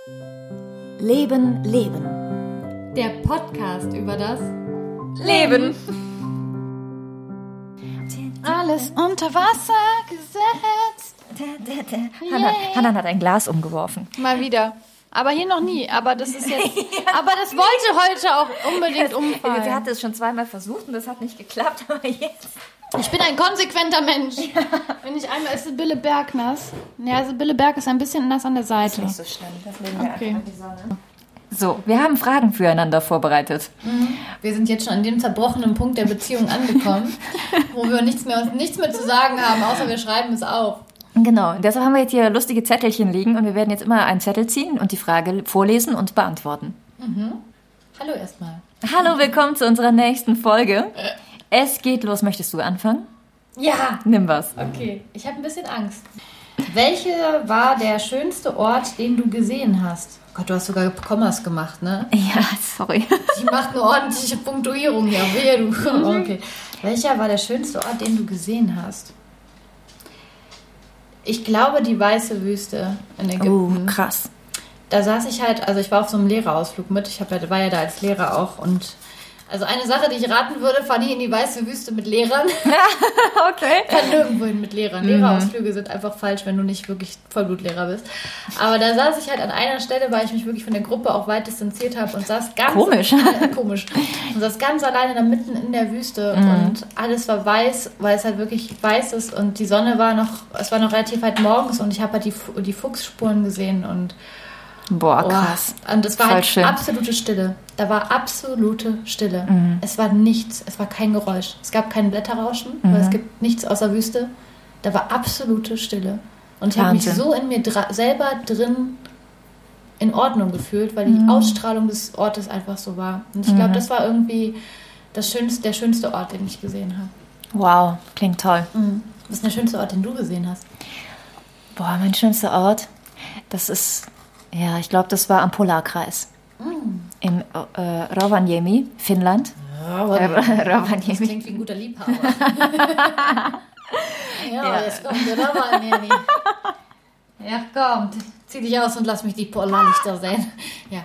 Leben, Leben. Der Podcast über das Leben. Alles unter Wasser gesetzt. Hanan hat ein Glas umgeworfen. Mal wieder. Aber hier noch nie. Aber das ist jetzt. Aber das wollte heute auch unbedingt umfallen. Sie hat es schon zweimal versucht und das hat nicht geklappt, aber jetzt. Ich bin ein konsequenter Mensch. Wenn ich einmal ist Bille Berg nass. Ja, also Bille Berg ist ein bisschen nass an der Seite. Nicht so schlimm. Das legen wir Okay. einfach in die Sonne. So, wir haben Fragen füreinander vorbereitet. Wir sind jetzt schon an dem zerbrochenen Punkt der Beziehung angekommen, wo wir nichts mehr zu sagen haben, außer wir schreiben es auf. Genau, deshalb haben wir jetzt hier lustige Zettelchen liegen und wir werden jetzt immer einen Zettel ziehen und die Frage vorlesen und beantworten. Hallo erstmal. Hallo, willkommen zu unserer nächsten Folge. Es geht los. Möchtest du anfangen? Ja. Nimm was. Okay, ich habe ein bisschen Angst. Welcher war der schönste Ort, den du gesehen hast? Gott, du hast sogar Kommas gemacht, ne? Ja, sorry. Die macht eine ordentliche Punktuierung hier. Wehe, du. Okay. Welcher war der schönste Ort, den du gesehen hast? Ich glaube, die Weiße Wüste in Ägypten. Oh, krass. Da saß ich halt, also ich war auf so einem Lehrerausflug mit. War ja da als Lehrer auch. Und also eine Sache, die ich raten würde, fahr nie in die Weiße Wüste mit Lehrern. Okay. Kann nirgendwo hin mit Lehrern. Lehrerausflüge sind einfach falsch, wenn du nicht wirklich Vollblutlehrer bist. Aber da saß ich halt an einer Stelle, weil ich mich wirklich von der Gruppe auch weit distanziert habe und saß ganz... Komisch. Komisch. Und saß ganz alleine da mitten in der Wüste und alles war weiß, weil es halt wirklich weiß ist und die Sonne war noch, es war noch relativ weit morgens und ich habe halt die Fuchsspuren gesehen und Boah, krass. Und es war Voll halt schön. absolute Stille. Da war absolute Stille. Es war nichts, es war kein Geräusch. Es gab kein Blätterrauschen, weil es gibt nichts außer Wüste. Da war absolute Stille. Und ich habe mich Wahnsinn. so in mir selber drin in Ordnung gefühlt, weil die Ausstrahlung des Ortes einfach so war. Und ich glaube, das war irgendwie der schönste Ort, den ich gesehen habe. Wow, klingt toll. Was ist der schönste Ort, den du gesehen hast? Boah, mein schönster Ort, das ist, ja, ich glaube, das war am Polarkreis. Im Rovaniemi, Finnland. Das Rovaniemi. klingt wie ein guter Liebhaber. ja, jetzt kommt der Rovaniemi. Ja, komm, zieh dich aus und lass mich die Polarlichter sehen. Ja.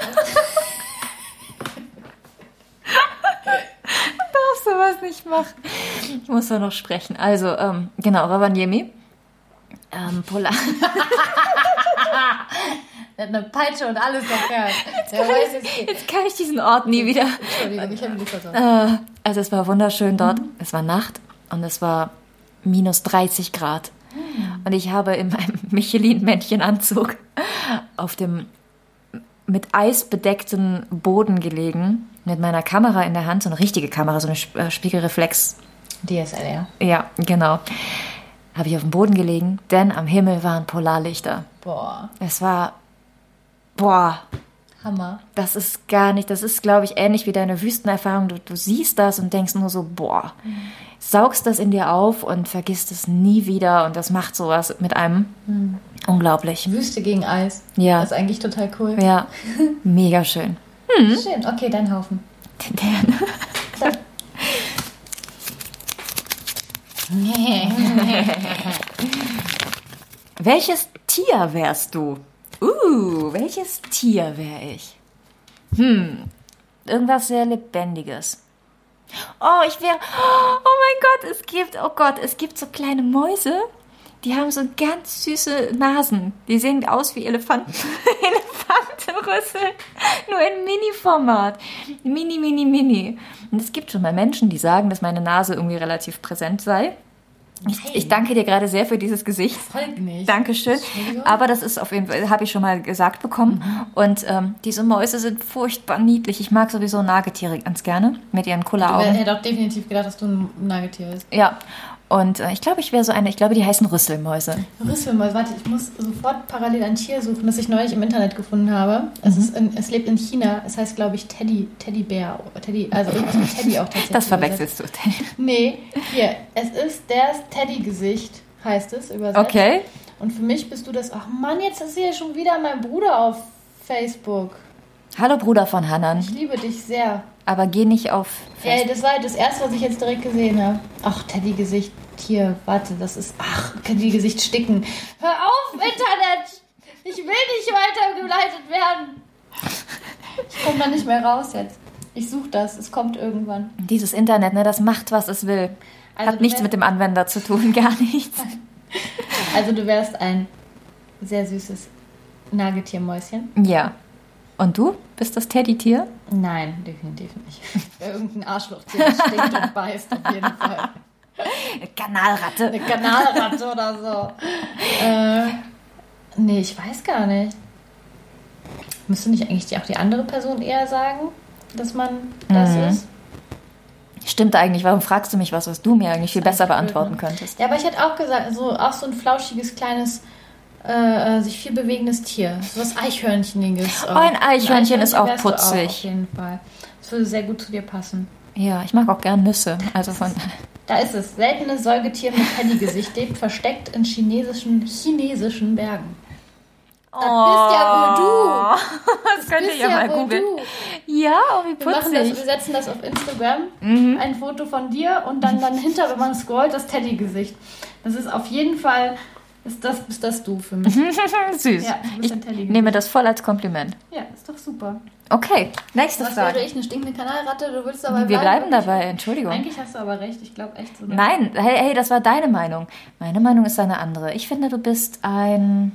Darfst du was nicht machen? Ich muss doch noch sprechen. Also, genau, Rovaniemi. Polar. Der hat eine Peitsche und alles noch gehört. Der weiß jetzt. Jetzt kann ich diesen Ort nie wieder. Entschuldigung, ich habe nicht verstanden. Also es war wunderschön dort. Es war Nacht und es war minus 30 Grad. Und ich habe in meinem Michelin-Männchen-Anzug auf dem mit Eis bedeckten Boden gelegen, mit meiner Kamera in der Hand, so eine richtige Kamera, so eine Spiegelreflex. DSLR. Ja, genau. Habe ich auf dem Boden gelegen, denn am Himmel waren Polarlichter. Boah, Es war, boah, Hammer. das ist gar nicht, das ist, glaube ich, ähnlich wie deine Wüstenerfahrung. Du siehst das und denkst nur so, boah, saugst das in dir auf und vergisst es nie wieder und das macht sowas mit einem. Unglaublich. Wüste gegen Eis. Ja. Das ist eigentlich total cool. Ja, mega schön. Schön, okay, dein Haufen. Welches Tier wärst du? Welches Tier wäre ich? Irgendwas sehr Lebendiges. Oh, es gibt so kleine Mäuse, die haben so ganz süße Nasen. Die sehen aus wie Elefanten. Elefantenrüssel. Nur in Mini-Format. Mini. Und es gibt schon mal Menschen, die sagen, dass meine Nase irgendwie relativ präsent sei. Ich danke dir gerade sehr für dieses Gesicht. Folgt nicht. Dankeschön. Entschuldigung. Aber das ist auf jeden Fall, habe ich schon mal gesagt bekommen. Und diese Mäuse sind furchtbar niedlich. Ich mag sowieso Nagetiere ganz gerne mit ihren Ich Kulleraugen. hätte auch definitiv gedacht, dass du ein Nagetier bist. Ja. Und ich glaube, ich wäre so eine, die heißen Rüsselmäuse. Rüsselmäuse, warte, ich muss sofort parallel ein Tier suchen, das ich neulich im Internet gefunden habe. Es lebt in China. Es heißt, glaube ich, Teddybär. Also irgendwie Teddy auch tatsächlich. Das verwechselst du. Nee, hier, es ist das Teddy-Gesicht, heißt es übersetzt. Okay. Und für mich bist du das, ach Mann, jetzt ist hier schon wieder mein Bruder auf Facebook. Hallo Bruder von Hanan. Ich liebe dich sehr. Aber geh nicht auf Ja, das war das erste, was ich jetzt direkt gesehen habe. Ach, Teddy-Gesicht, hier, warte, das ist, ach, Teddy-Gesicht sticken. Hör auf, Internet! Ich will nicht weiter weitergeleitet werden. Ich komme da nicht mehr raus jetzt. Ich suche das, es kommt irgendwann. Dieses Internet, ne, das macht, was es will. Also Hat nichts mit dem Anwender zu tun, gar nichts. Also du wärst ein sehr süßes Nagetiermäuschen? Ja. Und du? Bist das Teddytier? Nein, definitiv nicht. Irgendein Arschloch, der stinkt und beißt auf jeden Fall. Eine Kanalratte. Eine Kanalratte oder so. Nee, ich weiß gar nicht. Müsste nicht eigentlich auch die andere Person eher sagen, dass man das ist? Stimmt eigentlich. Warum fragst du mich was du mir eigentlich viel besser einfach beantworten blöd, ne? könntest? Ja, aber ich hätte auch gesagt, auch so ein flauschiges, kleines, sich viel bewegendes Tier. So was Eichhörncheniges. Oh, ein Eichhörnchen ist auch wärst du putzig. auf jeden Fall. Das würde sehr gut zu dir passen. Ja, ich mag auch gern Nüsse. Also von... Da ist es. Seltenes Säugetier mit Teddy-Gesicht lebt versteckt in chinesischen Bergen. Das bist ja wohl du. Das könnte ich ja mal googeln. Ja, oh, wie Wir putzig. setzen das auf Instagram, ein Foto von dir und dann hinter, wenn man scrollt, das Teddy-Gesicht. Das ist auf jeden Fall, bist das du für mich. Süß. Ja, du bist Ich ein Teddy-Gesicht. nehme das voll als Kompliment. Ja, ist doch super. Okay, nächste Was wäre Frage. ich, eine stinkende Kanalratte? Du willst dabei bleiben? Wir bleiben dabei, Entschuldigung. Eigentlich hast du aber recht, ich glaube echt so. Nein, hey, das war deine Meinung. Meine Meinung ist eine andere. Ich finde, du bist ein...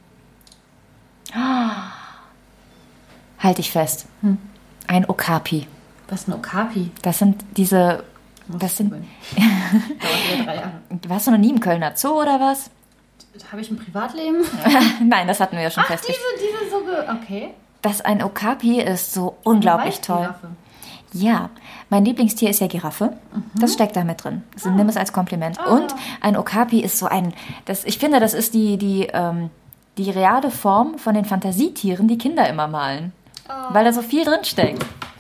Halt dich fest. Ein Okapi. Was ist ein Okapi? Das sind diese... Das sind... Dauert über 3 Jahre. Warst du noch nie im Kölner Zoo oder was? Habe ich ein Privatleben? Nein, das hatten wir ja schon Ach, festgestellt. diese so... Okay. Das ein Okapi ist so unglaublich toll. Weißgiraffe. Ja, mein Lieblingstier ist ja Giraffe. Das steckt da mit drin. Also, nimm es als Kompliment. Und ein Okapi ist so ein... Ich finde, das ist die reale Form von den Fantasietieren, die Kinder immer malen. Weil da so viel drin steckt.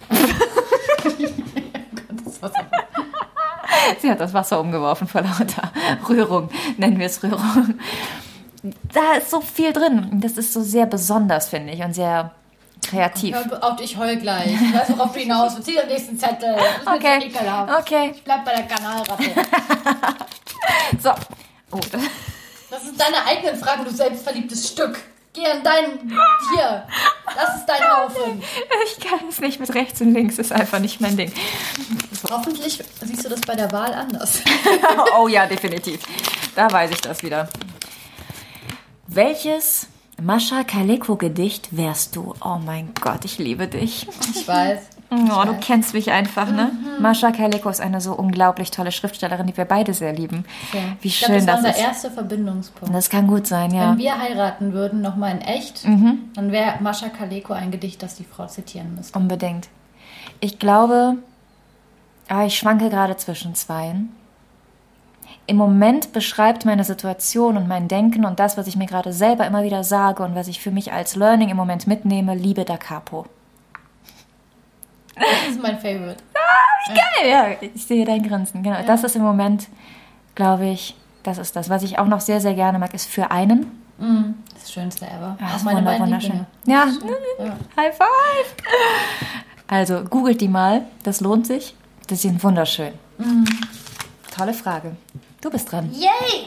Sie hat das Wasser umgeworfen vor lauter Rührung. Nennen wir es Rührung. Da ist so viel drin. Das ist so sehr besonders, finde ich. Und sehr kreativ. Hör auf, ich heul gleich. Ich weiß, worauf du hinaus willst. Zieh den nächsten Zettel. Das ist mir Okay. zu ekelhaft. Okay. Ich bleib bei der Kanalratte. So. Oh, Das ist deine eigenen Fragen, du selbstverliebtes Stück. Geh an deinen... Hier. Das ist dein Haufen. ich kann es nicht mit rechts und links. Ist einfach nicht mein Ding. Hoffentlich siehst du das bei der Wahl anders. Oh ja, definitiv. Da weiß ich das wieder. Welches Mascha Kaleko-Gedicht wärst du? Oh mein Gott, ich liebe dich. Ich weiß. Oh, du kennst mich einfach, ne? Mascha Kaleko ist eine so unglaublich tolle Schriftstellerin, die wir beide sehr lieben. Ja. Wie Ich glaub, schön das war das unser ist. erster Verbindungspunkt. Das kann gut sein, ja. Wenn wir heiraten würden, nochmal in echt, dann wäre Mascha Kaleko ein Gedicht, das die Frau zitieren müsste. Unbedingt. Ich glaube, ich schwanke gerade zwischen zweien. Im Moment beschreibt meine Situation und mein Denken und das, was ich mir gerade selber immer wieder sage und was ich für mich als Learning im Moment mitnehme, Liebe da Capo. Das ist mein Favorite. Geil, ja, ich sehe dein Grinsen. Genau, das ist im Moment, glaube ich, das ist das. Was ich auch noch sehr, sehr gerne mag, ist Für einen. Das Schönste ever. Ja, Auch das ist meine beiden wunderschön. Lieblinge. Ja, Ja. High five! Also, googelt die mal, das lohnt sich. Das sind wunderschön. Tolle Frage. Du bist dran. Yay!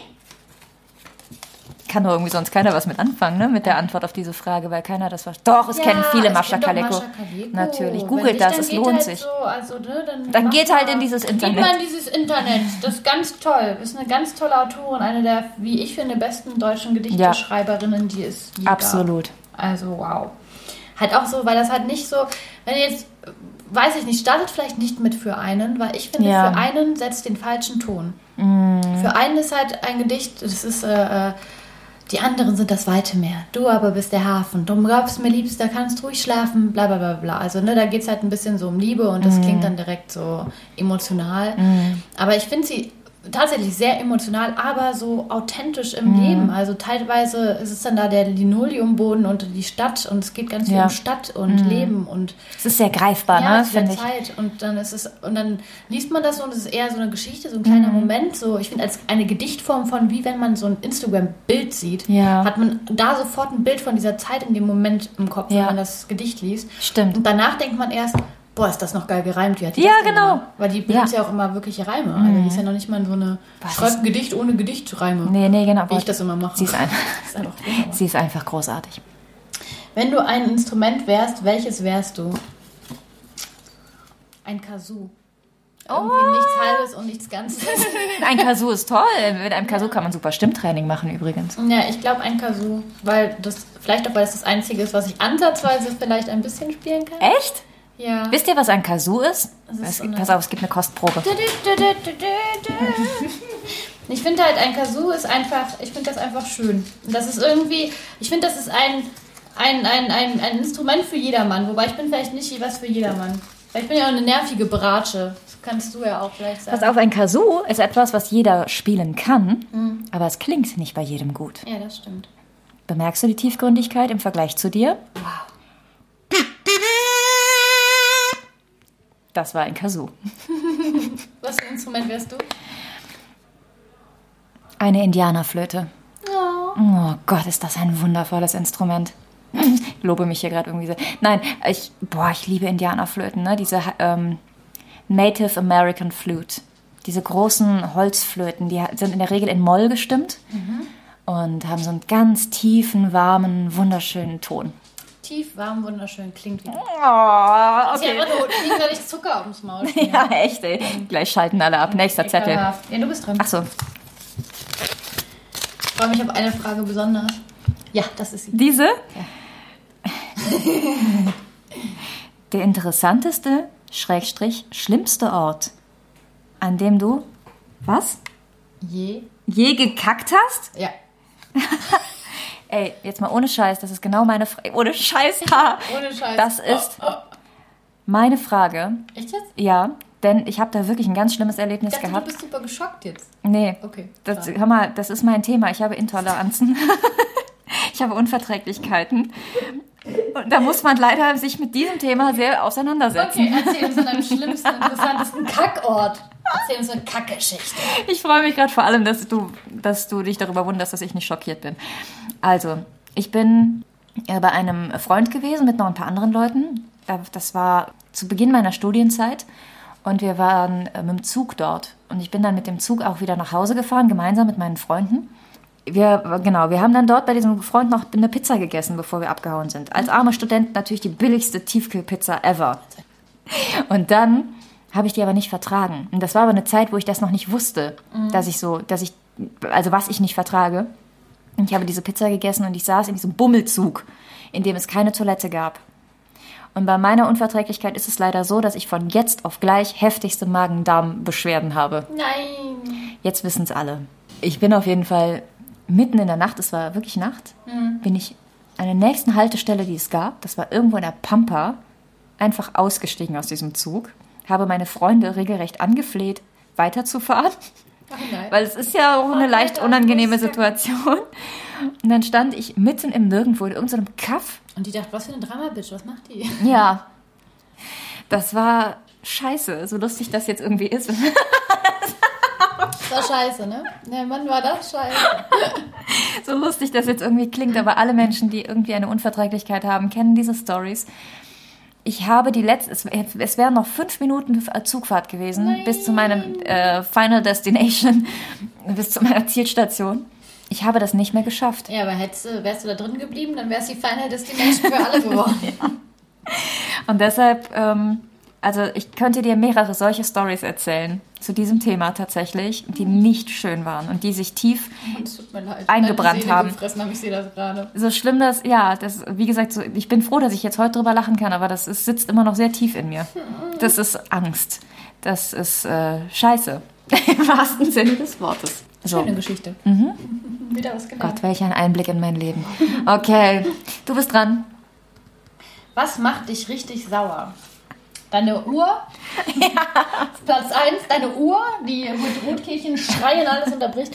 Kann doch irgendwie sonst keiner was mit anfangen, ne? Mit der Antwort auf diese Frage, weil keiner das versteht. Doch, es kennen viele Mascha Kaleko. Natürlich, Wenn googelt nicht, das, dann es geht lohnt halt sich. So, also, ne, Dann macht geht halt mal- in dieses Geht Internet. mal in dieses Internet. Das ist ganz toll. Ist eine ganz tolle Autorin, eine der, wie ich finde, besten deutschen Gedichteschreiberinnen, die es je Absolut. gab. Also, wow. Halt auch so, weil das halt nicht so, wenn ihr jetzt, weiß ich nicht, startet vielleicht nicht mit Für einen, weil ich finde, Ja. Für einen setzt den falschen Ton. Für einen ist halt ein Gedicht, das ist, die anderen sind das weite Meer, du aber bist der Hafen, du glaubst mir liebst, da kannst ruhig schlafen, bla bla bla bla. Also ne, da geht es halt ein bisschen so um Liebe und das klingt dann direkt so emotional. Aber ich finde sie tatsächlich sehr emotional, aber so authentisch im Leben. Also teilweise ist es dann da der Linoleumboden und die Stadt und es geht ganz viel Ja. um Stadt und Leben und Es ist sehr greifbar, ja, ne? zu der Finde ich. Zeit. Und dann ist es, und dann liest man das und es ist eher so eine Geschichte, so ein kleiner Moment. So, ich finde, als eine Gedichtform von, wie wenn man so ein Instagram-Bild sieht, Ja. hat man da sofort ein Bild von dieser Zeit in dem Moment im Kopf, wenn Ja. man das Gedicht liest. Stimmt. Und danach denkt man erst, boah, ist das noch geil gereimt. Wie hat die Ja, das denn genau. gemacht? Weil die benutzt ja auch immer wirkliche Reime. Also die ist ja noch nicht mal so eine, Was schreibt ist- ein Gedicht ohne Gedichtreime. Nee, genau. Wie ich das immer mache. Sie ist einfach, Das ist einfach wunderbar. sie ist einfach großartig. Wenn du ein Instrument wärst, welches wärst du? Ein Kazoo. Irgendwie nichts Halbes und nichts Ganzes. Ein Kazoo ist toll. Mit einem Kazoo kann man super Stimmtraining machen übrigens. Ja, ich glaube ein Kazoo, weil das das Einzige ist, was ich ansatzweise vielleicht ein bisschen spielen kann. Echt? Ja. Wisst ihr, was ein Kazoo ist? ist Pass auf, es gibt eine Kostprobe. Ich finde halt, ein Kazoo ist einfach, ich finde das einfach schön. Und das ist irgendwie, ich finde, das ist ein Instrument für jedermann, wobei ich bin vielleicht nicht was für jedermann. Weil ich bin ja auch eine nervige Bratsche. Das kannst du ja auch vielleicht sagen. Pass auf, ein Kazoo ist etwas, was jeder spielen kann, aber es klingt nicht bei jedem gut. Ja, das stimmt. Bemerkst du die Tiefgründigkeit im Vergleich zu dir? Wow. Das war ein Kazoo. Was für ein Instrument wärst du? Eine Indianerflöte. Oh. Oh Gott, ist das ein wundervolles Instrument. Ich lobe mich hier gerade irgendwie sehr. Nein, ich liebe Indianerflöten, ne? Diese Native American Flute. Diese großen Holzflöten, die sind in der Regel in Moll gestimmt und haben so einen ganz tiefen, warmen, wunderschönen Ton. Tief, warm, wunderschön, klingt wie... Oh, Okay. Ja, aber du kriegst nicht Zucker auf dem Maul. Ja, echt, ey. Gleich schalten alle ab. Nächster Zettel. Ja, du bist dran. Ach so. Ich freue mich auf eine Frage besonders. Ja, das ist sie. Diese? Ja. Der interessanteste, schlimmste Ort, an dem du, was? Je gekackt hast? Ja. Ey, jetzt mal ohne Scheiß, das ist genau meine Frage. Ohne Scheiß, ha! Ohne Scheiß. Das ist meine Frage. Echt jetzt? Ja, denn ich habe da wirklich ein ganz schlimmes Erlebnis ich dachte, gehabt. Du bist super geschockt jetzt. Nee. Okay. Hör mal, das ist mein Thema. Ich habe Intoleranzen. Ich habe Unverträglichkeiten. Und da muss man leider sich mit diesem Thema sehr auseinandersetzen. Okay, erzähl uns von deinem schlimmsten, interessantesten Kackort. Erzähl uns eine Kackgeschichte. Ich freue mich gerade vor allem, dass du dich darüber wunderst, dass ich nicht schockiert bin. Also, ich bin bei einem Freund gewesen mit noch ein paar anderen Leuten. Das war zu Beginn meiner Studienzeit. Und wir waren mit dem Zug dort. Und ich bin dann mit dem Zug auch wieder nach Hause gefahren, gemeinsam mit meinen Freunden. Wir haben dann dort bei diesem Freund noch eine Pizza gegessen, bevor wir abgehauen sind. Als armer Student natürlich die billigste Tiefkühlpizza ever. Und dann habe ich die aber nicht vertragen. Und das war aber eine Zeit, wo ich das noch nicht wusste, was ich nicht vertrage. Und ich habe diese Pizza gegessen und ich saß in diesem Bummelzug, in dem es keine Toilette gab. Und bei meiner Unverträglichkeit ist es leider so, dass ich von jetzt auf gleich heftigste Magen-Darm-Beschwerden habe. Nein. Jetzt wissen es alle. Ich bin auf jeden Fall mitten in der Nacht, es war wirklich Nacht, bin ich an der nächsten Haltestelle, die es gab, das war irgendwo in der Pampa, einfach ausgestiegen aus diesem Zug, habe meine Freunde regelrecht angefleht, weiterzufahren, weil es ist ja auch eine leicht unangenehme Situation. Und dann stand ich mitten im Nirgendwo in irgendeinem Kaff. Und die dachte, was für eine Drama-Bitch, was macht die? Ja, das war scheiße, so lustig das jetzt irgendwie ist. Das war scheiße, ne? Ja, Mann, war das scheiße. So lustig das jetzt irgendwie klingt, aber alle Menschen, die irgendwie eine Unverträglichkeit haben, kennen diese Stories. Ich habe es wären noch 5 Minuten Zugfahrt gewesen, bis zu meinem Final Destination, bis zu meiner Zielstation. Ich habe das nicht mehr geschafft. Ja, aber wärst du da drin geblieben, dann wäre es die Final Destination für alle geworden. Ja. Und deshalb, ich könnte dir mehrere solche Stories erzählen zu diesem Thema tatsächlich, die nicht schön waren und die sich tief eingebrannt haben. Ich sehe das gerade. So schlimm wie gesagt, ich bin froh, dass ich jetzt heute drüber lachen kann, aber sitzt immer noch sehr tief in mir. Das ist Angst. Das ist Scheiße. Im wahrsten Sinne des Wortes. So. Schöne Geschichte. Wieder was gelernt. Gott, welch ein Einblick in mein Leben. Okay, du bist dran. Was macht dich richtig sauer? Deine Uhr? Ja. Platz 1, deine Uhr, die mit Rotkehlchen schreien, alles unterbricht.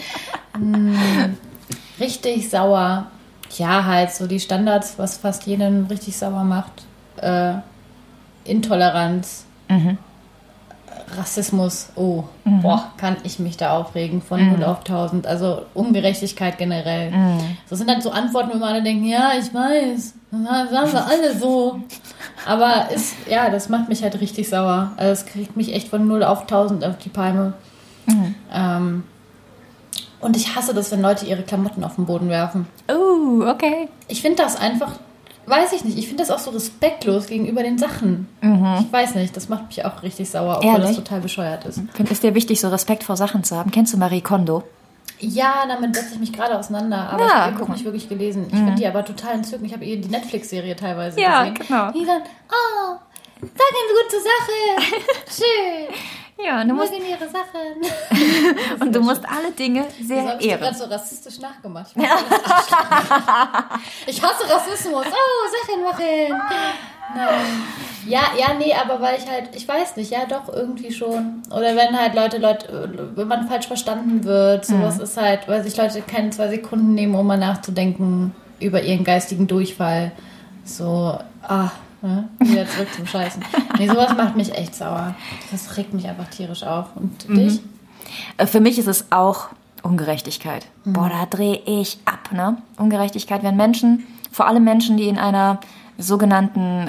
Richtig sauer. Ja, halt so die Standards, was fast jeden richtig sauer macht. Intoleranz. Rassismus. Oh, kann ich mich da aufregen. Von 0 auf 1000. Also Ungerechtigkeit generell. Das sind dann so Antworten, wo man alle denkt, ja, ich weiß. Das sagen wir alle so. Aber das macht mich halt richtig sauer. Also es kriegt mich echt von 0 auf 1000 auf die Palme. Und ich hasse das, wenn Leute ihre Klamotten auf den Boden werfen. Oh, okay. Ich finde das einfach, weiß ich nicht. Ich finde das auch so respektlos gegenüber den Sachen. Ich weiß nicht, das macht mich auch richtig sauer, obwohl das total bescheuert ist. Ist dir wichtig, so Respekt vor Sachen zu haben? Kennst du Marie Kondo? Ja, damit setze ich mich gerade auseinander, aber ich habe ihr Buch nicht wirklich gelesen. Ich finde die aber total entzückend. Ich habe ihr die Netflix-Serie teilweise gesehen. Ja, genau. Die dann, sagen Sie gut zur Sache. Schön. Ja, du musst ihre Sachen. und du musst alle Dinge sehr Das habe ich ehren. gerade so rassistisch nachgemacht. Ich hasse Rassismus. Sachen machen. Nein. Ja, nee, aber weil ich weiß nicht, ja doch, irgendwie schon. Oder wenn halt Leute, wenn man falsch verstanden wird, sowas ist halt, weil sich Leute keine 2 Sekunden nehmen, um mal nachzudenken über ihren geistigen Durchfall. So, wieder zurück zum Scheißen. Nee, sowas macht mich echt sauer. Das regt mich einfach tierisch auf. Und dich? Für mich ist es auch Ungerechtigkeit. Boah, da drehe ich ab, ne? Ungerechtigkeit, wenn Menschen, vor allem Menschen, die in einer sogenannten,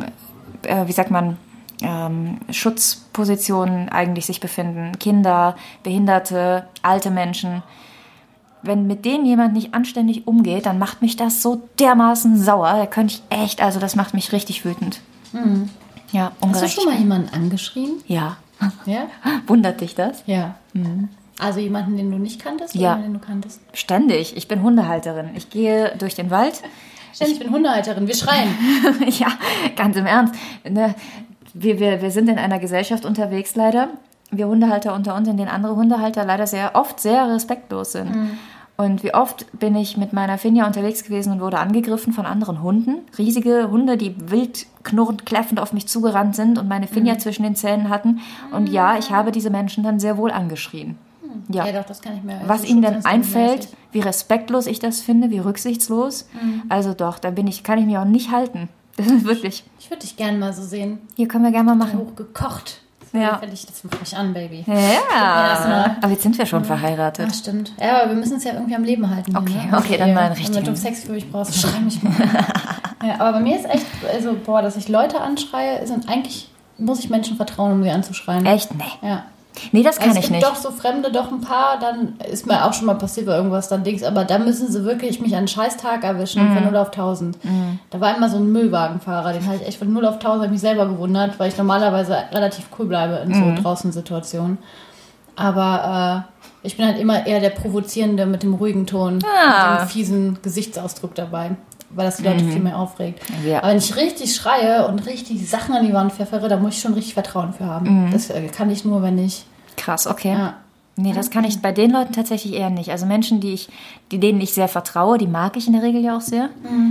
Schutzpositionen eigentlich sich befinden, Kinder, Behinderte, alte Menschen, wenn mit denen jemand nicht anständig umgeht, dann macht mich das so dermaßen sauer. Da könnte ich echt, also das macht mich richtig wütend. Ja, Hast du schon mal jemanden angeschrien? Ja. Ja? Wundert dich das? Ja. Also jemanden, den du nicht kanntest? Ja. Oder den du kanntest? Ständig. Ich bin Hundehalterin. Ich gehe durch den Wald. Ich bin Hundehalterin. Wir schreien. Ja, ganz im Ernst. Ne? Wir sind in einer Gesellschaft unterwegs leider. Wir Hundehalter unter uns, in denen andere Hundehalter leider sehr oft sehr respektlos sind. Und wie oft bin ich mit meiner Finja unterwegs gewesen und wurde angegriffen von anderen Hunden. Riesige Hunde, die wild knurrend, kläffend auf mich zugerannt sind und meine Finja zwischen den Zähnen hatten. Und ja, ich habe diese Menschen dann sehr wohl angeschrien. Ja, doch, das kann ich mir... Was ihnen denn einfällt, wie respektlos ich das finde, wie rücksichtslos. Also doch, da kann ich mich auch nicht halten. Das ist wirklich... Ich würde dich gerne mal so sehen. Hier können wir gerne mal machen. Hochgekocht. Ja. Das macht mich an, Baby. Ja, aber jetzt sind wir schon verheiratet. Ja, stimmt. Ja, aber wir müssen es ja irgendwie am Leben halten. Okay, hier, ne? okay, dann mal einen richtigen. Wenn du Sex für mich brauchst, schrei mich mal. Ja, aber bei mir ist echt, also, dass ich Leute anschreie, eigentlich muss ich Menschen vertrauen, um sie anzuschreien. Echt? Nee. Ja. Nee, das kann ich nicht. Es gibt doch so Fremde, doch ein paar, dann ist mir auch schon mal passiert oder irgendwas, dann Dings, aber da müssen sie wirklich mich an einen scheiß Tag erwischen, von 0 auf 1000. Da war immer so ein Müllwagenfahrer, den habe ich echt von 0 auf 1000 mich selber gewundert, weil ich normalerweise relativ cool bleibe in so draußen Situationen. Aber ich bin halt immer eher der Provozierende mit dem ruhigen Ton, mit dem fiesen Gesichtsausdruck dabei, weil das die Leute viel mehr aufregt. Ja. Aber wenn ich richtig schreie und richtig Sachen an die Wand pfeffere, da muss ich schon richtig Vertrauen für haben. Das kann ich nur, wenn ich... Krass, okay. Ja. Nee, das kann ich bei den Leuten tatsächlich eher nicht. Also Menschen, denen ich sehr vertraue, die mag ich in der Regel ja auch sehr.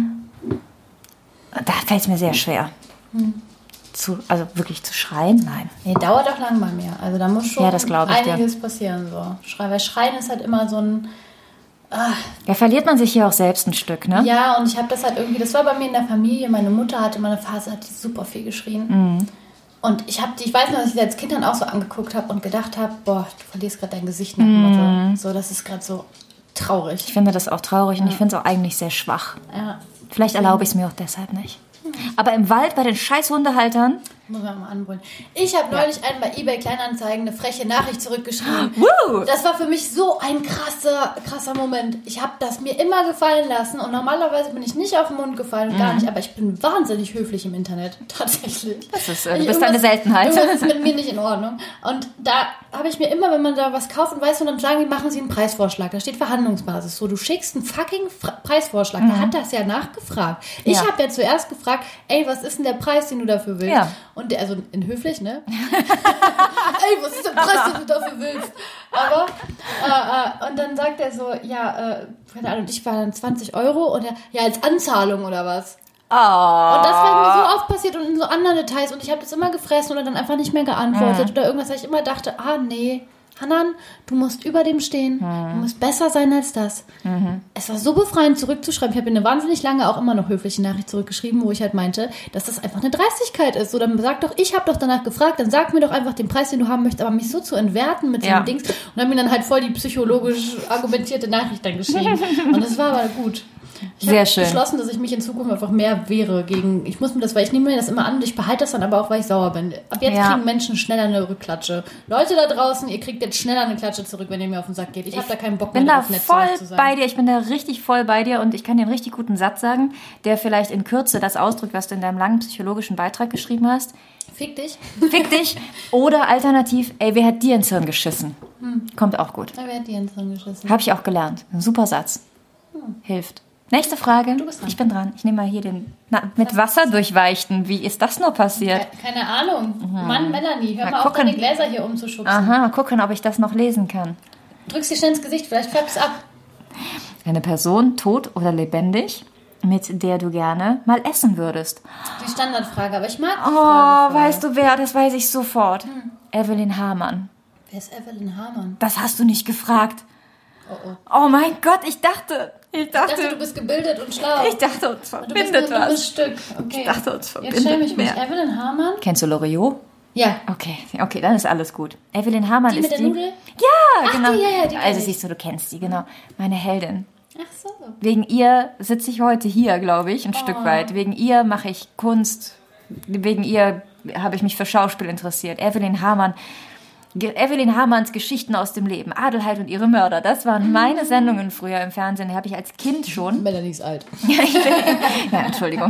Da fällt es mir sehr schwer. Also wirklich zu schreien? Nein. Nee, dauert auch lang bei mir. Also da muss schon das glaub ich, einiges passieren. So. Weil Schreien ist halt immer so ein... Da verliert man sich hier auch selbst ein Stück, ne? Ja, und ich habe das halt irgendwie... Das war bei mir in der Familie. Meine Mutter hatte mal eine Phase, hat die super viel geschrien. Und ich weiß noch, dass ich sie als Kind dann auch so angeguckt habe und gedacht habe, boah, du verlierst gerade dein Gesicht nach dem Motto. So, das ist gerade so traurig. Ich finde das auch traurig und ich finde es auch eigentlich sehr schwach. Ja. Vielleicht erlaube ich es mir auch deshalb nicht. Aber im Wald bei den scheiß Hundehaltern... Muss man mal anbrüllen. Ich habe neulich einen bei eBay Kleinanzeigen eine freche Nachricht zurückgeschrieben. Das war für mich so ein krasser Moment. Ich habe das mir immer gefallen lassen und normalerweise bin ich nicht auf den Mund gefallen und gar nicht, aber ich bin wahnsinnig höflich im Internet. Tatsächlich. Das ist, du bist eine Seltenheit. Irgendwas ist mit mir nicht in Ordnung. Und da habe ich mir immer, wenn man da was kauft und weiß, und dann sagen die, machen sie einen Preisvorschlag. Da steht Verhandlungsbasis. So, du schickst einen fucking Preisvorschlag. Da hat das ja nachgefragt. Ich habe ja zuerst gefragt, ey, was ist denn der Preis, den du dafür willst? Ja. Und der, also in höflich, ne? Ey, was ist der Preis, den du dafür willst? Aber, und dann sagt er so, ja, keine Ahnung, ich war dann 20 € und er, ja, als Anzahlung oder was? Oh. Und das war mir so oft passiert und in so anderen Details und ich habe das immer gefressen oder dann einfach nicht mehr geantwortet oder irgendwas, weil ich immer dachte, nee, Hanan, du musst über dem stehen. Du musst besser sein als das. Es war so befreiend, zurückzuschreiben. Ich habe eine wahnsinnig lange auch immer noch höfliche Nachricht zurückgeschrieben, wo ich halt meinte, dass das einfach eine Dreistigkeit ist. So, dann sag doch, ich habe doch danach gefragt, dann sag mir doch einfach den Preis, den du haben möchtest, aber mich so zu entwerten mit so einem Dings. Und habe mir dann halt voll die psychologisch argumentierte Nachricht dann geschrieben. Und das war aber gut. Sehr schön. Ich habe beschlossen, dass ich mich in Zukunft einfach mehr wehre gegen... Ich muss mir das, weil ich nehme mir das immer an und ich behalte das dann aber auch, weil ich sauer bin. Ab jetzt kriegen Menschen schneller eine Rückklatsche. Leute da draußen, ihr kriegt jetzt schneller eine Klatsche zurück, wenn ihr mir auf den Sack geht. Ich habe da keinen Bock mehr drauf, nett zu sein. Ich bin da voll bei dir. Ich bin da richtig voll bei dir und ich kann dir einen richtig guten Satz sagen, der vielleicht in Kürze das ausdrückt, was du in deinem langen psychologischen Beitrag geschrieben hast. Fick dich. Fick dich. Oder alternativ, ey, wer hat dir ins Hirn geschissen? Kommt auch gut. Wer hat dir ins Hirn geschissen? Habe ich auch gelernt. Ein super Satz. Hilft. Nächste Frage. Du bist dran. Ich bin dran. Ich nehme mal hier den mit Wasser durchweichten. Wie ist das nur passiert? Keine Ahnung. Mann, Melanie, hör mal auf, deine Gläser hier umzuschubsen. Aha, mal gucken, ob ich das noch lesen kann. Drückst dir schnell ins Gesicht, vielleicht färbst ab. Eine Person, tot oder lebendig, mit der du gerne mal essen würdest. Die Standardfrage, aber ich mag die Oh, Frage voll. weißt du wer? Das weiß ich sofort. Evelyn Hamann. Wer ist Evelyn Hamann? Das hast du nicht gefragt. Oh. Oh mein Gott, ich dachte, Ich dachte, du bist gebildet und schlau. uns du bist ein verbindet dummes was. Stück. Okay. Ich dachte, uns Jetzt verbindet schäme ich mich. mehr. Evelyn Hamann? Kennst du Loriot? Ja. Okay, dann ist alles gut. Evelyn Hamann Die ist mit der die... Nudel? Ja, Ach, genau. die kenn Also ich. siehst du, du kennst sie, genau. Meine Heldin. Ach so. Wegen ihr sitze ich heute hier, glaube ich, ein Stück weit. Wegen ihr mache ich Kunst. Wegen ihr habe ich mich für Schauspiel interessiert. Evelyn Hamanns Geschichten aus dem Leben. Adelheid und ihre Mörder. Das waren meine Sendungen früher im Fernsehen. Die habe ich als Kind schon. Melanie ist alt. Ja, Entschuldigung.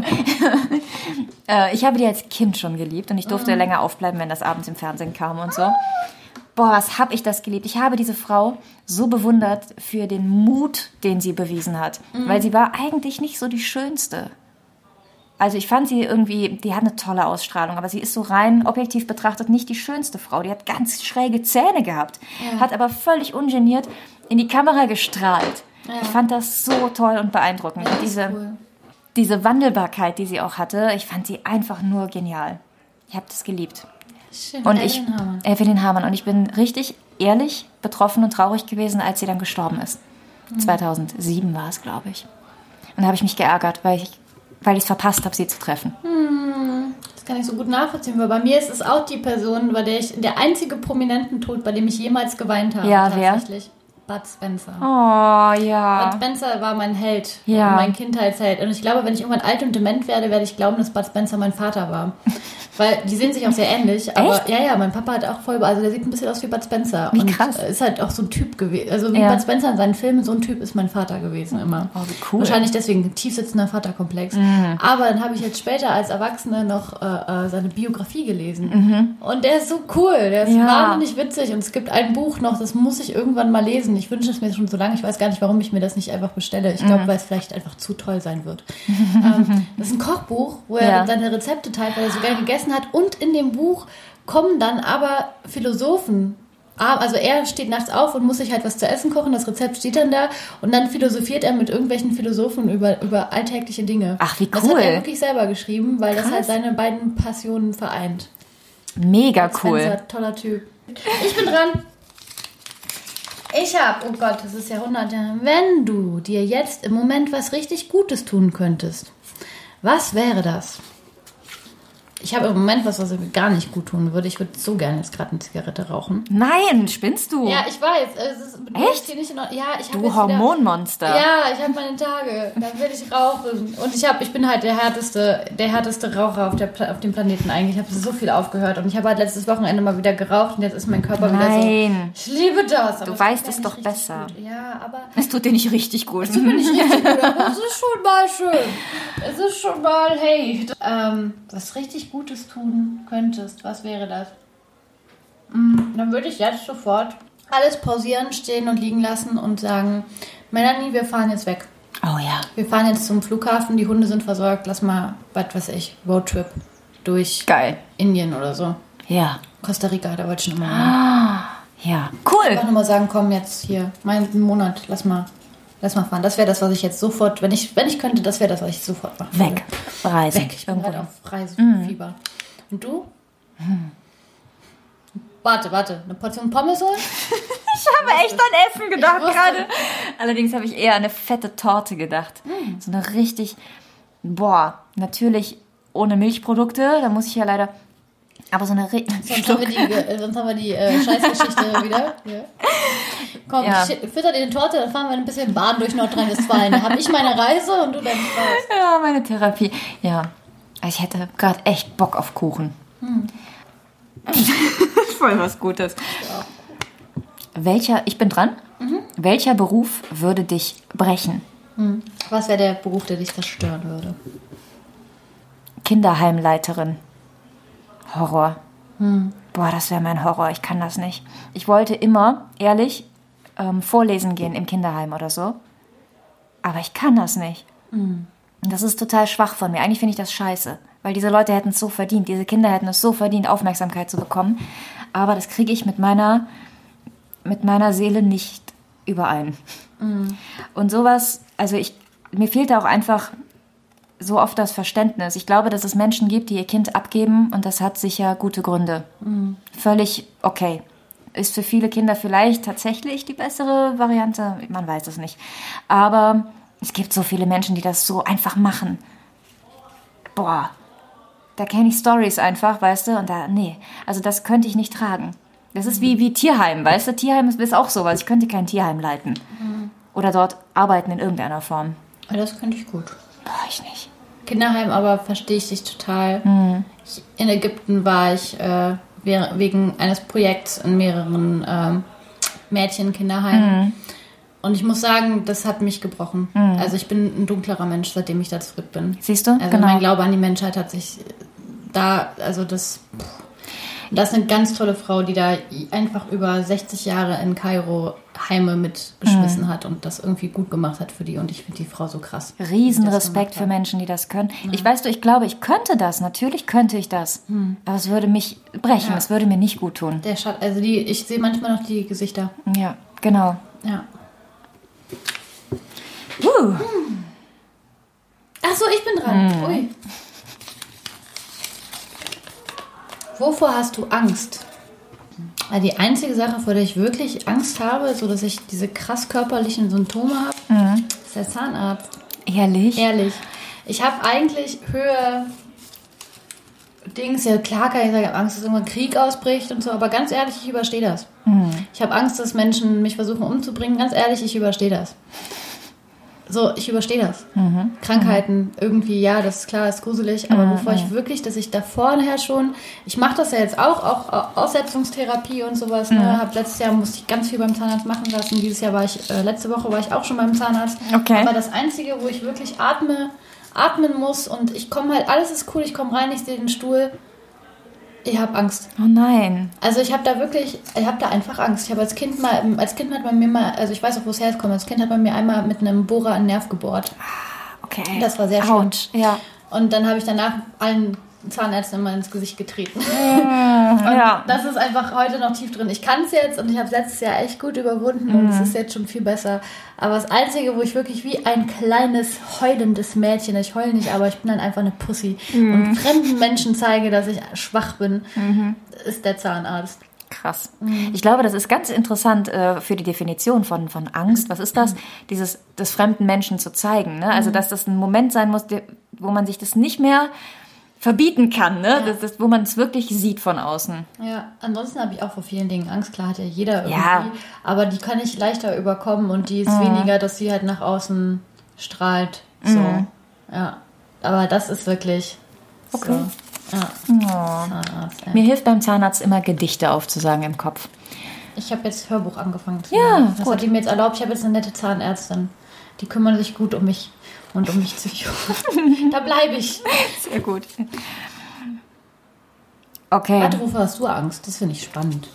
Ich habe die als Kind schon geliebt und ich durfte länger aufbleiben, wenn das abends im Fernsehen kam und so. Boah, was habe ich das geliebt. Ich habe diese Frau so bewundert für den Mut, den sie bewiesen hat. Weil sie war eigentlich nicht so die Schönste. Also ich fand sie irgendwie, die hat eine tolle Ausstrahlung, aber sie ist so rein objektiv betrachtet nicht die schönste Frau. Die hat ganz schräge Zähne gehabt, hat aber völlig ungeniert in die Kamera gestrahlt. Ja. Ich fand das so toll und beeindruckend. Und diese Wandelbarkeit, die sie auch hatte, ich fand sie einfach nur genial. Ich habe das geliebt. Schön. Und Evelyn Hamann. Und ich bin richtig ehrlich betroffen und traurig gewesen, als sie dann gestorben ist. 2007 war es, glaube ich. Und da habe ich mich geärgert, weil ich es verpasst habe, sie zu treffen. Das kann ich so gut nachvollziehen, weil bei mir ist es auch die Person, der einzige prominenten Tod, bei dem ich jemals geweint habe. Ja, tatsächlich. Bud Spencer. Oh, ja. Bud Spencer war mein Held, Ja. mein Kindheitsheld. Und ich glaube, wenn ich irgendwann alt und dement werde ich glauben, dass Bud Spencer mein Vater war. Weil die sehen sich auch sehr ähnlich. Aber Echt? ja, mein Papa hat auch also der sieht ein bisschen aus wie Bud Spencer. Wie und krass. Ist halt auch so ein Typ gewesen. Also wie Ja. Bud Spencer in seinen Filmen, so ein Typ ist mein Vater gewesen immer. Oh, wie cool. Wahrscheinlich deswegen ein tiefsitzender Vaterkomplex. Aber dann habe ich jetzt später als Erwachsene noch seine Biografie gelesen. Und der ist so cool. Der ist Ja. wahnsinnig witzig. Und es gibt ein Buch noch, das muss ich irgendwann mal lesen. Ich wünsche es mir schon so lange. Ich weiß gar nicht, warum ich mir das nicht einfach bestelle. Ich glaube, weil es vielleicht einfach zu toll sein wird. Das ist ein Kochbuch, wo er seine Rezepte teilt, weil er so gerne gegessen hat. Und in dem Buch kommen dann aber Philosophen. Also er steht nachts auf und muss sich halt was zu essen kochen. Das Rezept steht dann da. Und dann philosophiert er mit irgendwelchen Philosophen über alltägliche Dinge. Ach, wie Das hat cool. er wirklich selber geschrieben, weil das Krass. halt seine beiden Passionen vereint. Mega cool. Spencer, toller Typ. Ich bin dran. Oh Gott, das ist Jahrhundert. Wenn du dir jetzt im Moment was richtig Gutes tun könntest, was wäre das? Ich habe im Moment was ich mir gar nicht gut tun würde. Ich würde so gerne jetzt gerade eine Zigarette rauchen. Nein, spinnst du? Ja, ich weiß. Es ist Echt? hier nicht in Ordnung. Ja, ich habe Du Hormonmonster. Ja, ich habe meine Tage. Dann will ich rauchen. Und ich bin halt der härteste Raucher auf dem Planeten eigentlich. Ich habe so viel aufgehört. Und ich habe halt letztes Wochenende mal wieder geraucht. Und jetzt ist mein Körper wieder so... Nein. Ich liebe das. Aber Du es weißt tut es mir doch nicht richtig besser. gut. Ja, aber... Es tut dir nicht richtig gut. Es tut mir nicht richtig gut. Aber es ist schon mal schön. Es ist schon mal, hey. Was richtig Gutes tun könntest, was wäre das? Dann würde ich jetzt sofort alles pausieren, stehen und liegen lassen und sagen, Melanie, wir fahren jetzt weg. Oh ja. Wir fahren jetzt zum Flughafen, die Hunde sind versorgt, lass mal, was weiß ich, Roadtrip durch Geil. Indien oder so. Ja. Costa Rica, da wollte ich schon immer hin. Ja. Cool. Einfach nur mal sagen, komm jetzt hier, einen Monat, lass mal fahren. Das wäre das, was ich jetzt sofort, wenn ich könnte, das wäre das, was ich sofort machen würde. Weg. Reisen. Weg. Ich bin Irgendwo halt hin. auf Reisefieber. Und du? Warte. Eine Portion Pommes holen? Ich habe echt an Essen gedacht Ich wusste. gerade. Allerdings habe ich eher an eine fette Torte gedacht. So eine richtig, natürlich ohne Milchprodukte. Da muss ich ja leider Aber so eine Sonst haben wir die Scheißgeschichte wieder. Ja. Komm, ich fütter dir eine Torte, dann fahren wir ein bisschen Bahn durch Nordrhein-Westfalen. Da habe ich meine Reise und du deinen Spaß. Ja, meine Therapie. Ja, ich hätte gerade echt Bock auf Kuchen. Voll was Gutes. Ich bin dran. Welcher Beruf würde dich brechen? Was wäre der Beruf, der dich zerstören würde? Kinderheimleiterin. Horror. Boah, das wäre mein Horror. Ich kann das nicht. Ich wollte immer, ehrlich, vorlesen gehen im Kinderheim oder so. Aber ich kann das nicht. Und das ist total schwach von mir. Eigentlich finde ich das scheiße. Weil diese Leute hätten es so verdient. Diese Kinder hätten es so verdient, Aufmerksamkeit zu bekommen. Aber das kriege ich mit meiner Seele nicht überein. Und sowas, also mir fehlt da auch einfach so oft das Verständnis. Ich glaube, dass es Menschen gibt, die ihr Kind abgeben und das hat sicher gute Gründe. Völlig okay. Ist für viele Kinder vielleicht tatsächlich die bessere Variante, man weiß es nicht. Aber es gibt so viele Menschen, die das so einfach machen. Boah, da kenne ich Storys einfach, weißt du, und nee, also das könnte ich nicht tragen. Das ist wie Tierheim, weißt du, Tierheim ist auch sowas. Ich könnte kein Tierheim leiten. Oder dort arbeiten in irgendeiner Form. Das könnte ich gut. Boah, ich nicht. Kinderheim aber verstehe ich dich total. In Ägypten war ich wegen eines Projekts in mehreren Mädchen-Kinderheimen. Und ich muss sagen, das hat mich gebrochen. Also ich bin ein dunklerer Mensch, seitdem ich da zurück bin. Siehst du? Also genau. Mein Glaube an die Menschheit hat sich das ist eine ganz tolle Frau, die da einfach über 60 Jahre in Kairo Heime mitgeschmissen hat und das irgendwie gut gemacht hat für die. Und ich finde die Frau so krass. Riesenrespekt für Menschen, die das können. Ja. Ich glaube, ich könnte das. Natürlich könnte ich das. Aber es würde mich brechen. Es würde mir nicht gut tun. Ich sehe manchmal noch die Gesichter. Ja, genau. Ja. Ach so, ich bin dran. Ui. Wovor hast du Angst? Die einzige Sache, vor der ich wirklich Angst habe, so dass ich diese krass körperlichen Symptome habe, ist der Zahnarzt. Ehrlich? Ehrlich. Ich habe eigentlich Höhe... ja klar kann ich sagen, ich habe Angst, dass irgendwann Krieg ausbricht und so, aber ganz ehrlich, ich überstehe das. Ich habe Angst, dass Menschen mich versuchen umzubringen. Ganz ehrlich, ich überstehe das. So, ich überstehe das. Krankheiten irgendwie, ja, das ist klar, ist gruselig, aber bevor ich wirklich, dass ich da vorher schon, ich mache das ja jetzt auch Aussetzungstherapie und sowas, ne, letztes Jahr musste ich ganz viel beim Zahnarzt machen lassen, letzte Woche war ich auch schon beim Zahnarzt, aber das Einzige, wo ich wirklich atmen muss und ich komme halt, alles ist cool, ich komme rein, ich sehe den Stuhl, ich habe Angst. Oh nein. Also ich habe da einfach Angst. Ich habe als Kind hat man mir mal, also ich weiß auch, wo es herkommt, als Kind hat man mir einmal mit einem Bohrer einen Nerv gebohrt. Okay. Das war sehr schlimm. Ja. Und dann habe ich danach allen Zahnärzten immer ins Gesicht getreten. Ja. Das ist einfach heute noch tief drin. Ich kann es jetzt und ich habe es letztes Jahr echt gut überwunden und es ist jetzt schon viel besser. Aber das Einzige, wo ich wirklich wie ein kleines, heulendes Mädchen, ich heule nicht, aber ich bin dann einfach eine Pussy und fremden Menschen zeige, dass ich schwach bin, ist der Zahnarzt. Krass. Ich glaube, das ist ganz interessant für die Definition von Angst. Was ist das? Des fremden Menschen zu zeigen. Ne? Also, dass das ein Moment sein muss, wo man sich das nicht mehr verbieten kann, ne? Ja. Wo man es wirklich sieht von außen. Ja, ansonsten habe ich auch vor vielen Dingen Angst. Klar hat ja jeder irgendwie, aber die kann ich leichter überkommen und die ist weniger, dass sie halt nach außen strahlt. So, ja. Aber das ist wirklich okay. So. Ja. Zahnarzt, Mir hilft beim Zahnarzt immer Gedichte aufzusagen im Kopf. Ich habe jetzt Hörbuch angefangen zu machen. Das hat die mir jetzt erlaubt. Ich habe jetzt eine nette Zahnärztin. Die kümmern sich gut um mich. Und um mich zu führen. Da bleibe ich. Sehr gut. Okay. Warte, wovor hast du Angst? Das finde ich spannend.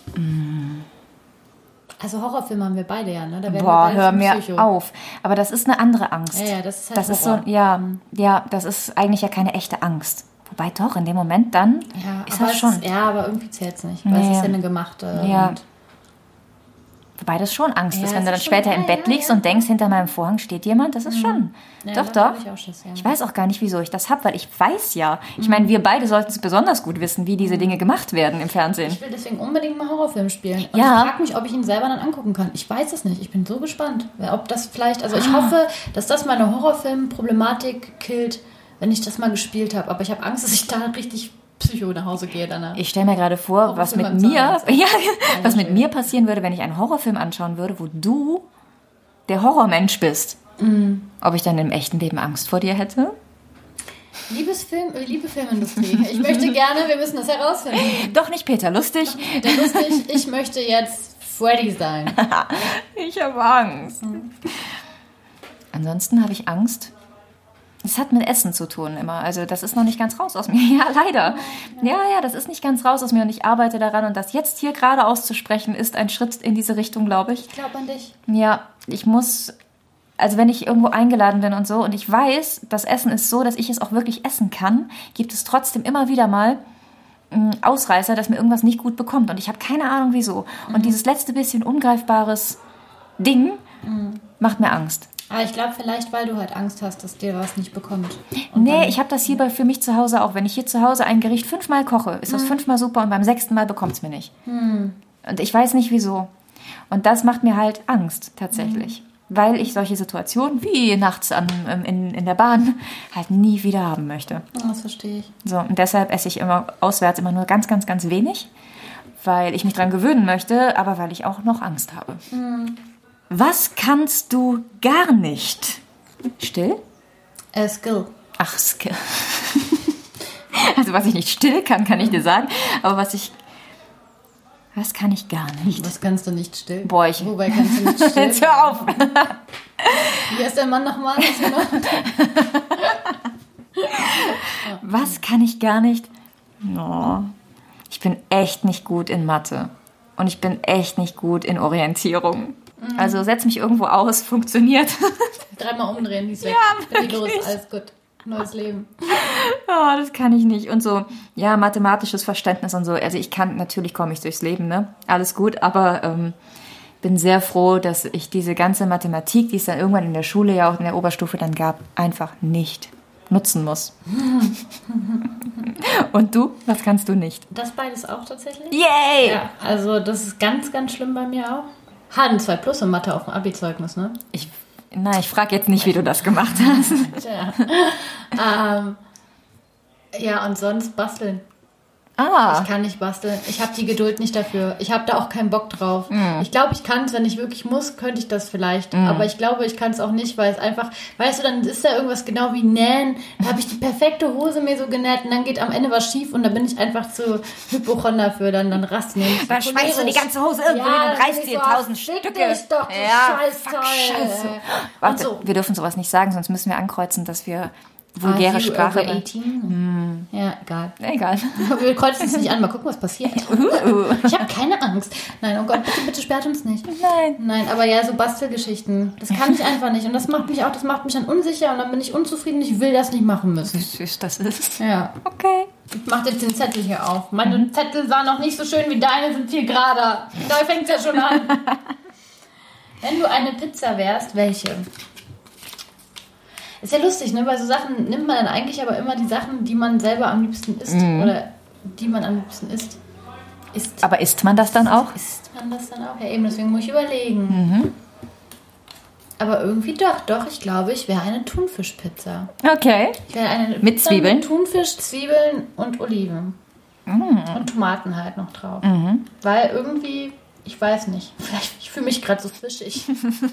Also Horrorfilme haben wir beide ja, ne? Da werden wir beide hör mir auf. Aber das ist eine andere Angst. Ja, das ist halt das ist so, ja, das ist eigentlich ja keine echte Angst. Wobei doch, in dem Moment dann ist das schon. Aber irgendwie zählt es nicht, weil es ist ja eine gemachte. Ja. Wobei das schon Angst ist, wenn du dann später im Bett liegst und denkst, hinter meinem Vorhang steht jemand, das ist schon. Ja, doch. Ich weiß auch gar nicht, wieso ich das habe, weil ich weiß ja. Ich meine, wir beide sollten es besonders gut wissen, wie diese Dinge gemacht werden im Fernsehen. Ich will deswegen unbedingt mal Horrorfilm spielen. Und ich frage mich, ob ich ihn selber dann angucken kann. Ich weiß es nicht. Ich bin so gespannt. Ob das vielleicht, also ich hoffe, dass das meine Horrorfilm-Problematik killt, wenn ich das mal gespielt habe. Aber ich habe Angst, dass ich da richtig Psycho nach Hause gehe danach. Ich stelle mir gerade vor, was mit mir passieren würde, wenn ich einen Horrorfilm anschauen würde, wo du der Horrormensch bist. Ob ich dann im echten Leben Angst vor dir hätte? Liebe Filmindustrie, ich möchte gerne, wir müssen das herausfinden. Doch nicht Peter Lustig. Ich möchte jetzt Freddy sein. Ich habe Angst. Ansonsten habe ich Angst. Es hat mit Essen zu tun immer. Also das ist noch nicht ganz raus aus mir. Ja, leider. Ja, das ist nicht ganz raus aus mir und ich arbeite daran. Und das jetzt hier gerade auszusprechen, ist ein Schritt in diese Richtung, glaube ich. Ich glaube an dich. Ja, ich muss... Also wenn ich irgendwo eingeladen bin und so und ich weiß, das Essen ist so, dass ich es auch wirklich essen kann, gibt es trotzdem immer wieder mal Ausreißer, dass mir irgendwas nicht gut bekommt. Und ich habe keine Ahnung, wieso. Und dieses letzte bisschen ungreifbares Ding macht mir Angst. Aber ich glaube vielleicht, weil du halt Angst hast, dass dir was nicht bekommt. Nee, ich habe das hier für mich zu Hause auch. Wenn ich hier zu Hause ein Gericht 5-mal koche, ist das 5-mal super und beim 6. Mal bekommt es mir nicht. Und ich weiß nicht, wieso. Und das macht mir halt Angst, tatsächlich. Weil ich solche Situationen wie nachts in der Bahn halt nie wieder haben möchte. Das verstehe ich. So, und deshalb esse ich immer auswärts immer nur ganz, ganz, ganz wenig, weil ich mich dran gewöhnen möchte, aber weil ich auch noch Angst habe. Was kannst du gar nicht? Still? Skill. Ach, Skill. Also was ich nicht still kann ich dir sagen, aber was kann ich gar nicht? Was kannst du nicht still? Boah, Wobei kannst du nicht still? Jetzt hör auf! Wie heißt der Mann nochmal? Was kann ich gar nicht? Oh, ich bin echt nicht gut in Mathe. Und ich bin echt nicht gut in Orientierung. Also setz mich irgendwo aus, funktioniert. 3-mal umdrehen, die ist weg. Ja, bin ich los, alles gut. Neues Leben. Oh, das kann ich nicht. Und so, ja, mathematisches Verständnis und so. Also natürlich komme ich durchs Leben, ne? Alles gut, aber bin sehr froh, dass ich diese ganze Mathematik, die es dann irgendwann in der Schule ja auch in der Oberstufe dann gab, einfach nicht nutzen muss. Und du? Was kannst du nicht? Das beides auch tatsächlich? Yay! Ja, also das ist ganz, ganz schlimm bei mir auch. Hatten 2 Plus in Mathe auf dem Abi-Zeugnis, ne? Ich frage jetzt nicht, wie du das gemacht hast. Ja, und sonst basteln. Ich kann nicht basteln. Ich habe die Geduld nicht dafür. Ich habe da auch keinen Bock drauf. Ich glaube, ich kann es, wenn ich wirklich muss, könnte ich das vielleicht. Aber ich glaube, ich kann es auch nicht, weil es einfach, weißt du, dann ist da irgendwas genau wie Nähen. Da habe ich die perfekte Hose mir so genäht und dann geht am Ende was schief und da bin ich einfach zu Hypochonder für. Dann rasten. Dann schmeißt du die ganze Hose irgendwo hin und reißt dir 1000 Stücke. Dich doch, du Scheiße. Warte, so. wir dürfen sowas nicht sagen, sonst müssen wir ankreuzen, dass wir vulgäre Sprache... Over 18? Ja, Egal. Wir kreuzen es nicht an, mal gucken, was passiert. Ich habe keine Angst. Nein, oh Gott, bitte sperrt uns nicht. Nein, aber ja, so Bastelgeschichten, das kann ich einfach nicht. Und das macht mich dann unsicher und dann bin ich unzufrieden. Ich will das nicht machen müssen. Wie süß das ist. Ja. Okay. Ich mach jetzt den Zettel hier auf. Meine Zettel waren noch nicht so schön wie deine, sind viel gerader. Da fängt es ja schon an. Wenn du eine Pizza wärst, welche? Ist ja lustig, ne? Bei so Sachen nimmt man dann eigentlich aber immer die Sachen, die man selber am liebsten isst. Oder die man am liebsten isst. Aber isst man das dann auch? Isst man das dann auch? Ja, eben, deswegen muss ich überlegen. Aber irgendwie doch. Ich glaube, ich wäre eine Thunfischpizza. Okay. Ich wäre eine mit Pizza Zwiebeln? Mit Thunfisch, Zwiebeln und Oliven. Und Tomaten halt noch drauf. Weil irgendwie, ich weiß nicht, vielleicht, ich fühle mich gerade so fischig.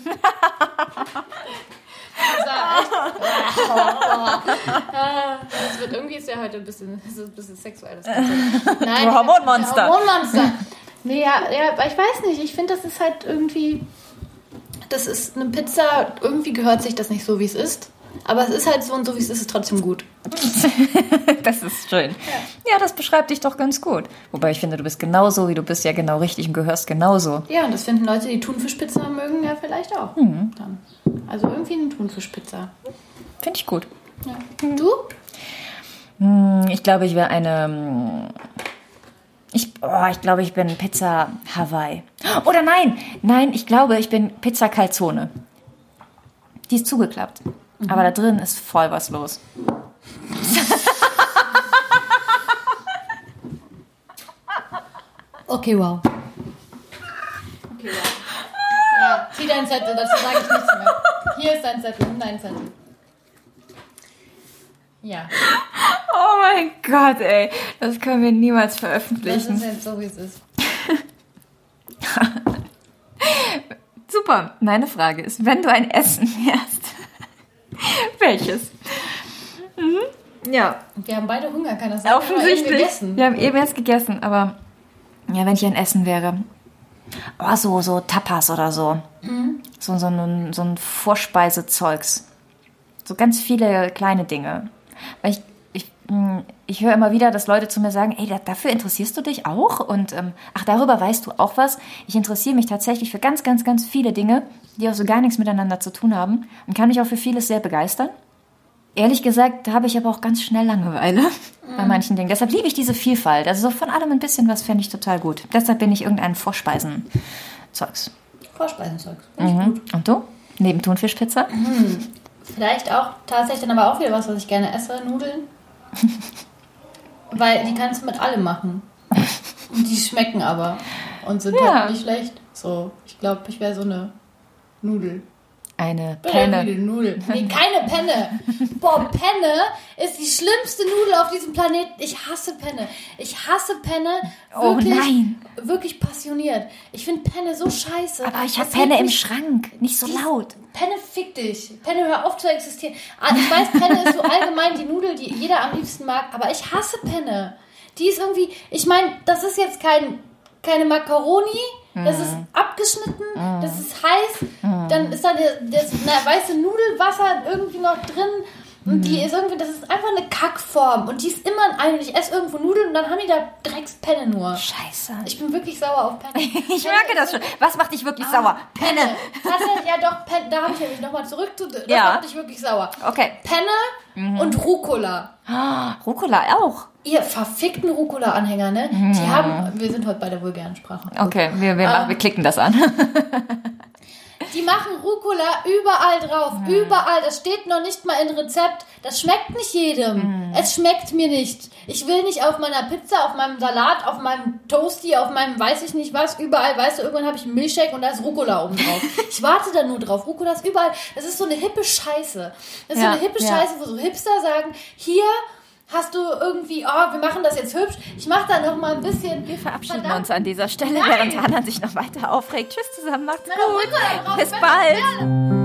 Das wird irgendwie ist ja heute ein bisschen sexuelles. Nein, Hormonmonster. Nee, ja, aber ich weiß nicht. Ich finde, das ist halt irgendwie. Das ist eine Pizza, irgendwie gehört sich das nicht so, wie es ist. Aber es ist halt so und so, wie es ist trotzdem gut. Das ist schön. Ja, das beschreibt dich doch ganz gut. Wobei ich finde, du bist genauso, wie du bist, ja genau richtig und gehörst genauso. Ja, und das finden Leute, die Thunfischpizza mögen, ja vielleicht auch. Dann. Also irgendwie eine Thunfischpizza. Finde ich gut. Ja. Du? Ich glaube, ich wäre eine... Ich glaube, ich bin Pizza Hawaii. Oder nein, ich glaube, ich bin Pizza Calzone. Die ist zugeklappt. Aber da drin ist voll was los. Okay, wow. Ja, zieh deinen Zettel, dazu sage ich nichts mehr. Hier ist dein Zettel, nimm deinen Zettel. Ja. Oh mein Gott, ey. Das können wir niemals Das veröffentlichen. ist jetzt so, wie es ist. Super. Meine Frage ist, wenn du ein Essen wärst, welches? Ja, Wir haben beide Hunger, kann das sein? offensichtlich. Gegessen. Wir haben eben erst gegessen, aber ja, wenn ich ein Essen wäre. Oh, so Tapas oder so. So ein Vorspeisezeugs. So ganz viele kleine Dinge. Weil ich höre immer wieder, dass Leute zu mir sagen, ey, dafür interessierst du dich auch? Und darüber weißt du auch was. Ich interessiere mich tatsächlich für ganz, ganz, ganz viele Dinge, die auch so gar nichts miteinander zu tun haben und kann mich auch für vieles sehr begeistern. Ehrlich gesagt, da habe ich aber auch ganz schnell Langeweile bei manchen Dingen. Deshalb liebe ich diese Vielfalt. Also so von allem ein bisschen was fände ich total gut. Deshalb bin ich irgendein Vorspeisenzeugs. Vorspeisenzeugs. Finde ich gut. Und du? Neben Thunfischpizza? Vielleicht auch tatsächlich dann aber auch wieder was ich gerne esse, Nudeln. Weil die kannst du mit allem machen. Und die schmecken aber. Und sind halt nicht schlecht. So, ich glaube, ich wäre so eine Nudel. Eine Penne. Nudel. Nee, keine Penne. Boah, Penne ist die schlimmste Nudel auf diesem Planeten. Ich hasse Penne. Ich hasse Penne wirklich, nein. wirklich passioniert. Ich finde Penne so scheiße. Aber ich habe Das Penne regt im mich- Schrank. Nicht so laut. Penne fick dich. Penne, hör auf zu existieren. Ich weiß, Penne ist so allgemein die Nudel, die jeder am liebsten mag, aber ich hasse Penne. Die ist irgendwie, ich meine, das ist jetzt keine Macaroni, das ist abgeschnitten, das ist heiß, dann ist da das weiße Nudelwasser irgendwie noch drin und die ist irgendwie, das ist einfach eine Kackform und die ist immer ein und ich esse irgendwo Nudeln und dann haben die da Dreckspenne nur. Scheiße. Ich bin wirklich sauer auf Penne. Ich merke das schon. Was macht dich wirklich sauer? Penne. Tatsächlich, ja doch, Penne, da habe ich nämlich nochmal zurück zu, das Ja. macht dich wirklich sauer. Okay. Penne und Rucola. Rucola auch. Ihr verfickten Rucola-Anhänger, ne? Die haben, wir sind heute bei der vulgären Sprache. Okay, wir klicken das an. Die machen Rucola überall drauf, überall. Das steht noch nicht mal in Rezept. Das schmeckt nicht jedem. Es schmeckt mir nicht. Ich will nicht auf meiner Pizza, auf meinem Salat, auf meinem Toasty, auf meinem weiß ich nicht was, überall, weißt du, irgendwann habe ich einen Milchshake und da ist Rucola oben drauf. Ich warte da nur drauf. Rucola ist überall. Das ist so eine hippe Scheiße. Das ist so eine hippe Scheiße, wo so Hipster sagen, hier hast du irgendwie, wir machen das jetzt hübsch. Ich mache da noch mal ein bisschen. Wir verabschieden uns an dieser Stelle, während Hannah sich noch weiter aufregt. Tschüss zusammen, macht's gut. Rucola drauf, Bis bald.